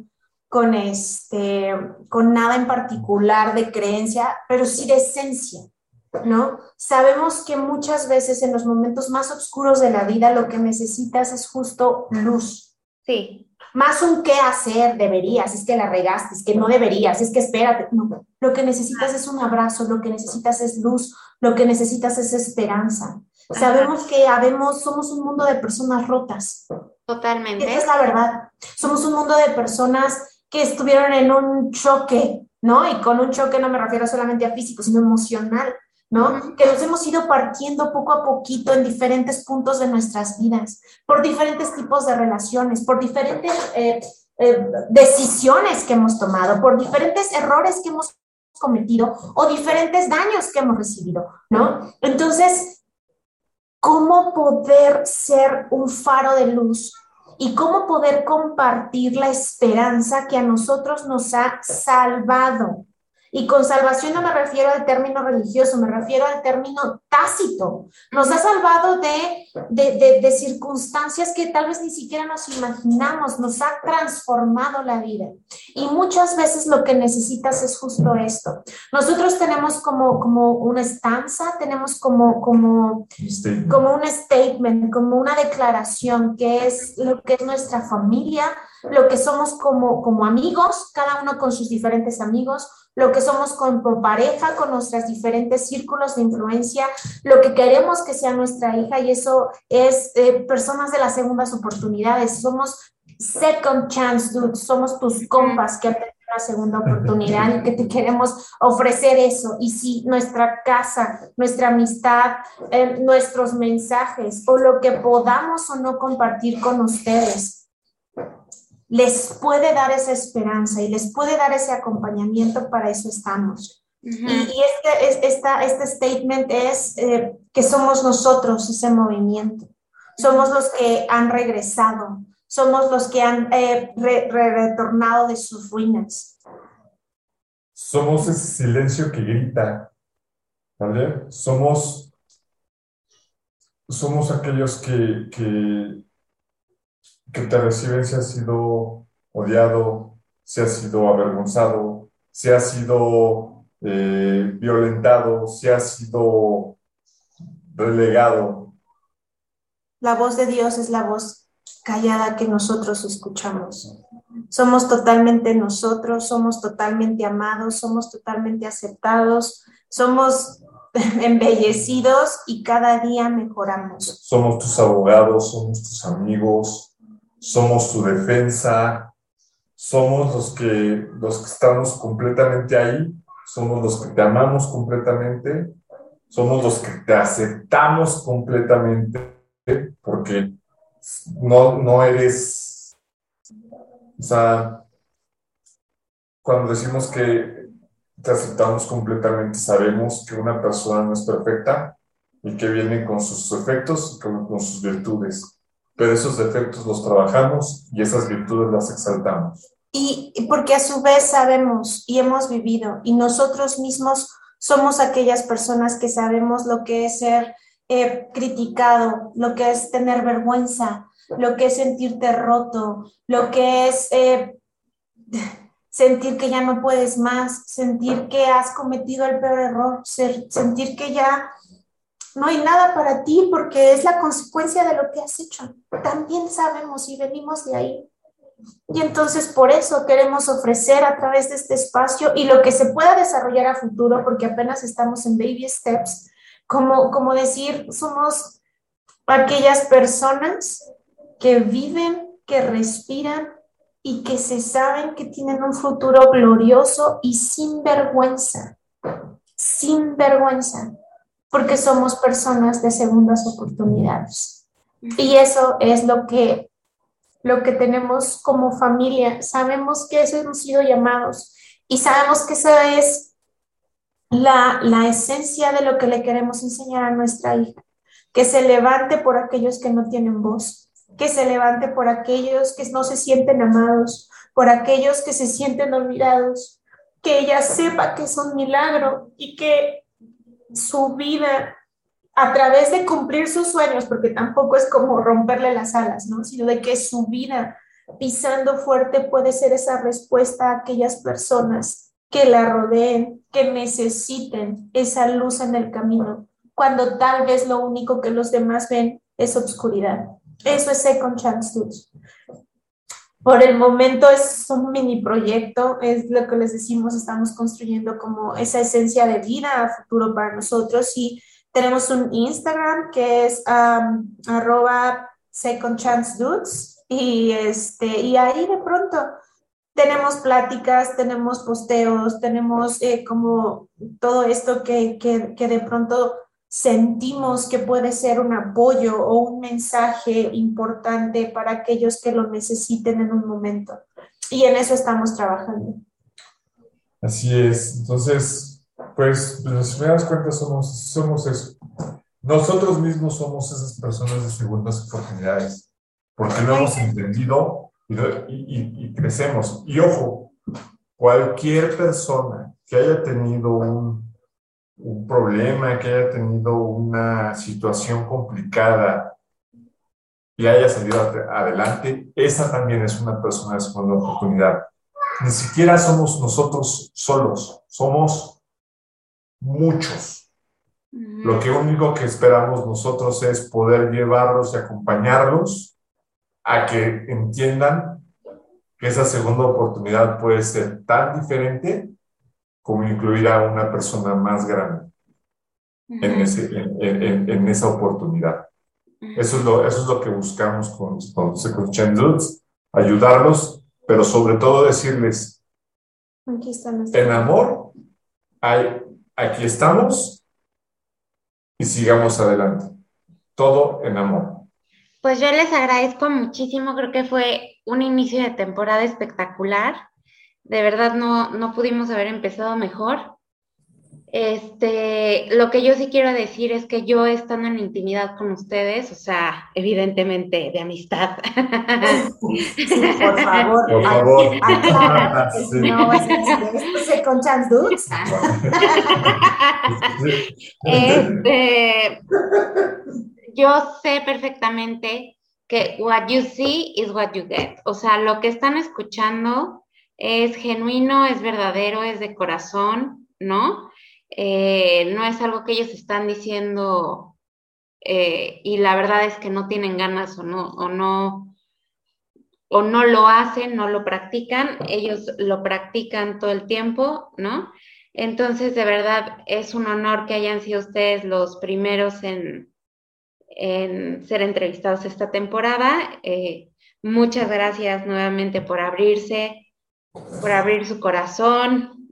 Speaker 2: con nada en particular de creencia, pero sí de esencia, ¿no? Sabemos que muchas veces en los momentos más oscuros de la vida lo que necesitas es justo luz.
Speaker 1: sí.
Speaker 2: Más un qué hacer, deberías, es que la regaste, es que no deberías, es que espérate. No, lo que necesitas es un abrazo, lo que necesitas es luz, lo que necesitas es esperanza.
Speaker 1: Ajá,
Speaker 2: Sabemos que somos un mundo de personas rotas. Y esa
Speaker 1: totalmente.
Speaker 2: es la verdad. Somos un mundo de personas que estuvieron en un choque, ¿no? Y con un choque no me refiero solamente a físico, sino emocional, ¿no? Que nos hemos ido partiendo poco a poquito en diferentes puntos de nuestras vidas, por diferentes tipos de relaciones, por diferentes decisiones que hemos tomado, por diferentes errores que hemos cometido o diferentes daños que hemos recibido, ¿no? Entonces, ¿cómo poder ser un faro de luz y cómo poder compartir la esperanza que a nosotros nos ha salvado? Y con salvación no me refiero al término religioso, me refiero al término tácito. Nos ha salvado de circunstancias que tal vez ni siquiera nos imaginamos, nos ha transformado la vida. Y muchas veces lo que necesitas es justo esto. Nosotros tenemos como una estanza, tenemos como un statement, como una declaración, que es lo que es nuestra familia, lo que somos como amigos, cada uno con sus diferentes amigos, lo que somos como pareja, con nuestros diferentes círculos de influencia, lo que queremos que sea nuestra hija, y eso es personas de las segundas oportunidades. Somos second chance dudes, somos tus compas que han tenido una segunda oportunidad y que te queremos ofrecer eso. Y si nuestra casa, nuestra amistad, nuestros mensajes o lo que podamos o no compartir con ustedes les puede dar esa esperanza y les puede dar ese acompañamiento, para eso estamos. Y este statement es que somos nosotros ese movimiento. Somos los que han regresado. Somos los que han retornado de sus ruinas.
Speaker 3: Somos ese silencio que grita, ¿vale? Somos aquellos que te reciben si has sido odiado, si has sido avergonzado, si has sido violentado, si has sido relegado.
Speaker 2: La voz de Dios es la voz callada que nosotros escuchamos. Somos totalmente nosotros, somos totalmente amados, somos totalmente aceptados, somos embellecidos y cada día mejoramos.
Speaker 3: Somos tus abogados, somos tus amigos, somos tu defensa, somos los que estamos completamente ahí, somos los que te amamos completamente, somos los que te aceptamos completamente, porque no eres, o sea, cuando decimos que te aceptamos completamente, sabemos que una persona no es perfecta y que viene con sus defectos y con sus virtudes. Pero esos defectos los trabajamos y esas virtudes las exaltamos.
Speaker 2: Y porque a su vez sabemos y hemos vivido, y nosotros mismos somos aquellas personas que sabemos lo que es ser criticado, lo que es tener vergüenza, lo que es sentirte roto, lo que es sentir que ya no puedes más, sentir que has cometido el peor error, sentir que ya no hay nada para ti porque es la consecuencia de lo que has hecho. También sabemos y venimos de ahí. Y entonces por eso queremos ofrecer a través de este espacio y lo que se pueda desarrollar a futuro, porque apenas estamos en baby steps, como decir, somos aquellas personas que viven, que respiran y que se saben que tienen un futuro glorioso y sin vergüenza, porque somos personas de segundas oportunidades. Y eso es lo que tenemos como familia. Sabemos que eso hemos sido llamados y sabemos que esa es la esencia de lo que le queremos enseñar a nuestra hija. Que se levante por aquellos que no tienen voz, que se levante por aquellos que no se sienten amados, por aquellos que se sienten olvidados, que ella sepa que es un milagro y que su vida, a través de cumplir sus sueños, porque tampoco es como romperle las alas, ¿no? Sino de que su vida pisando fuerte puede ser esa respuesta a aquellas personas que la rodeen, que necesiten esa luz en el camino, cuando tal vez lo único que los demás ven es obscuridad. Eso es Second Chance Dudes. Por el momento es un mini proyecto, es lo que les decimos, estamos construyendo como esa esencia de vida a futuro para nosotros, y tenemos un Instagram que es @secondchancedudes y ahí de pronto tenemos pláticas, tenemos posteos, tenemos como todo esto que de pronto sentimos que puede ser un apoyo o un mensaje importante para aquellos que lo necesiten en un momento. Y en eso estamos trabajando.
Speaker 3: Así es. Entonces, pues, si me das cuenta, somos eso. Nosotros mismos somos esas personas de segundas oportunidades, porque lo hemos entendido y crecemos. Y ojo, cualquier persona que haya tenido un problema, que haya tenido una situación complicada y haya salido adelante, esa también es una persona de segunda oportunidad. Ni siquiera somos nosotros solos, somos muchos. Lo único que esperamos nosotros es poder llevarlos y acompañarlos a que entiendan que esa segunda oportunidad puede ser tan diferente como incluir a una persona más grande en esa oportunidad. Eso es lo que buscamos con Second Chance Dudes, ayudarlos, pero sobre todo decirles, en amor, aquí estamos y sigamos adelante. Todo en amor.
Speaker 1: Pues yo les agradezco muchísimo, creo que fue un inicio de temporada espectacular. De verdad no pudimos haber empezado mejor. Lo que yo sí quiero decir es que yo estando en intimidad con ustedes, o sea, evidentemente de amistad.
Speaker 2: Sí, por favor.
Speaker 3: Por favor.
Speaker 2: Sí. No vas a decir esto, Second Chance Dudes.
Speaker 1: Yo sé perfectamente que what you see is what you get. O sea, lo que están escuchando es genuino, es verdadero, es de corazón, ¿no? No es algo que ellos están diciendo y la verdad es que no tienen ganas o no lo hacen, no lo practican, ellos lo practican todo el tiempo, ¿no? Entonces, de verdad, es un honor que hayan sido ustedes los primeros en ser entrevistados esta temporada. Muchas gracias nuevamente por abrirse, por abrir su corazón,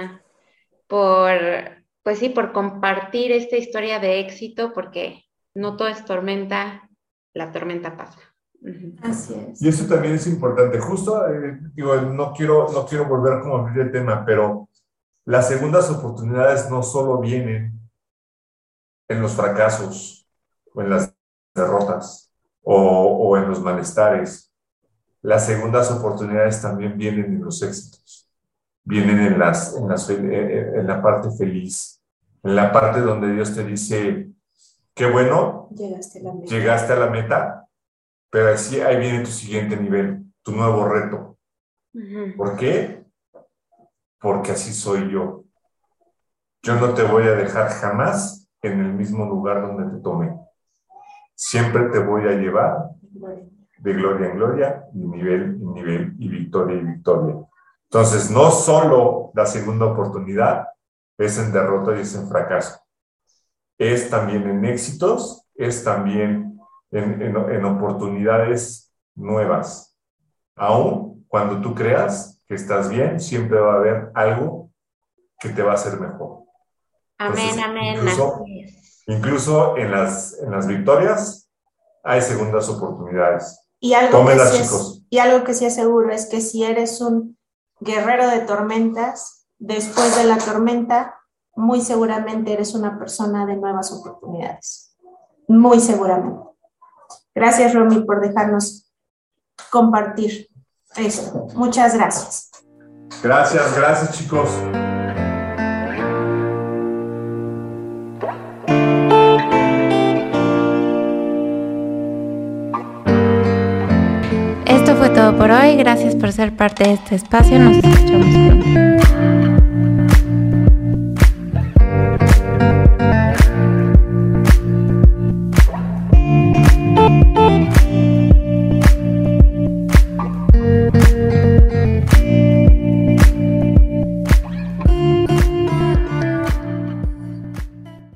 Speaker 1: por compartir esta historia de éxito, porque no todo es tormenta, la tormenta pasa.
Speaker 2: Así es.
Speaker 3: Y eso también es importante. Justo, no quiero volver como a abrir el tema, pero las segundas oportunidades no solo vienen en los fracasos o en las derrotas o en los malestares. Las segundas oportunidades también vienen en los éxitos. Vienen en la parte feliz, en la parte donde Dios te dice, qué bueno, llegaste a la meta, pero ahí viene tu siguiente nivel, tu nuevo reto. ¿Por qué? Porque así soy yo. Yo no te voy a dejar jamás en el mismo lugar donde te tomé. Siempre te voy a llevar de gloria en gloria, y nivel en nivel, y victoria en victoria. Entonces, no solo la segunda oportunidad es en derrota y es en fracaso. Es también en éxitos, es también en oportunidades nuevas. Aún cuando tú creas que estás bien, siempre va a haber algo que te va a hacer mejor.
Speaker 1: Amén, entonces, amén.
Speaker 3: Incluso en las victorias hay segundas oportunidades.
Speaker 2: Y algo que sí es seguro es que si eres un guerrero de tormentas, después de la tormenta, muy seguramente eres una persona de nuevas oportunidades. Muy seguramente. Gracias, Romy, por dejarnos compartir esto. Muchas gracias.
Speaker 3: Gracias, chicos.
Speaker 1: Esto fue todo por hoy. Gracias por ser parte de este espacio. Nos escuchamos pronto.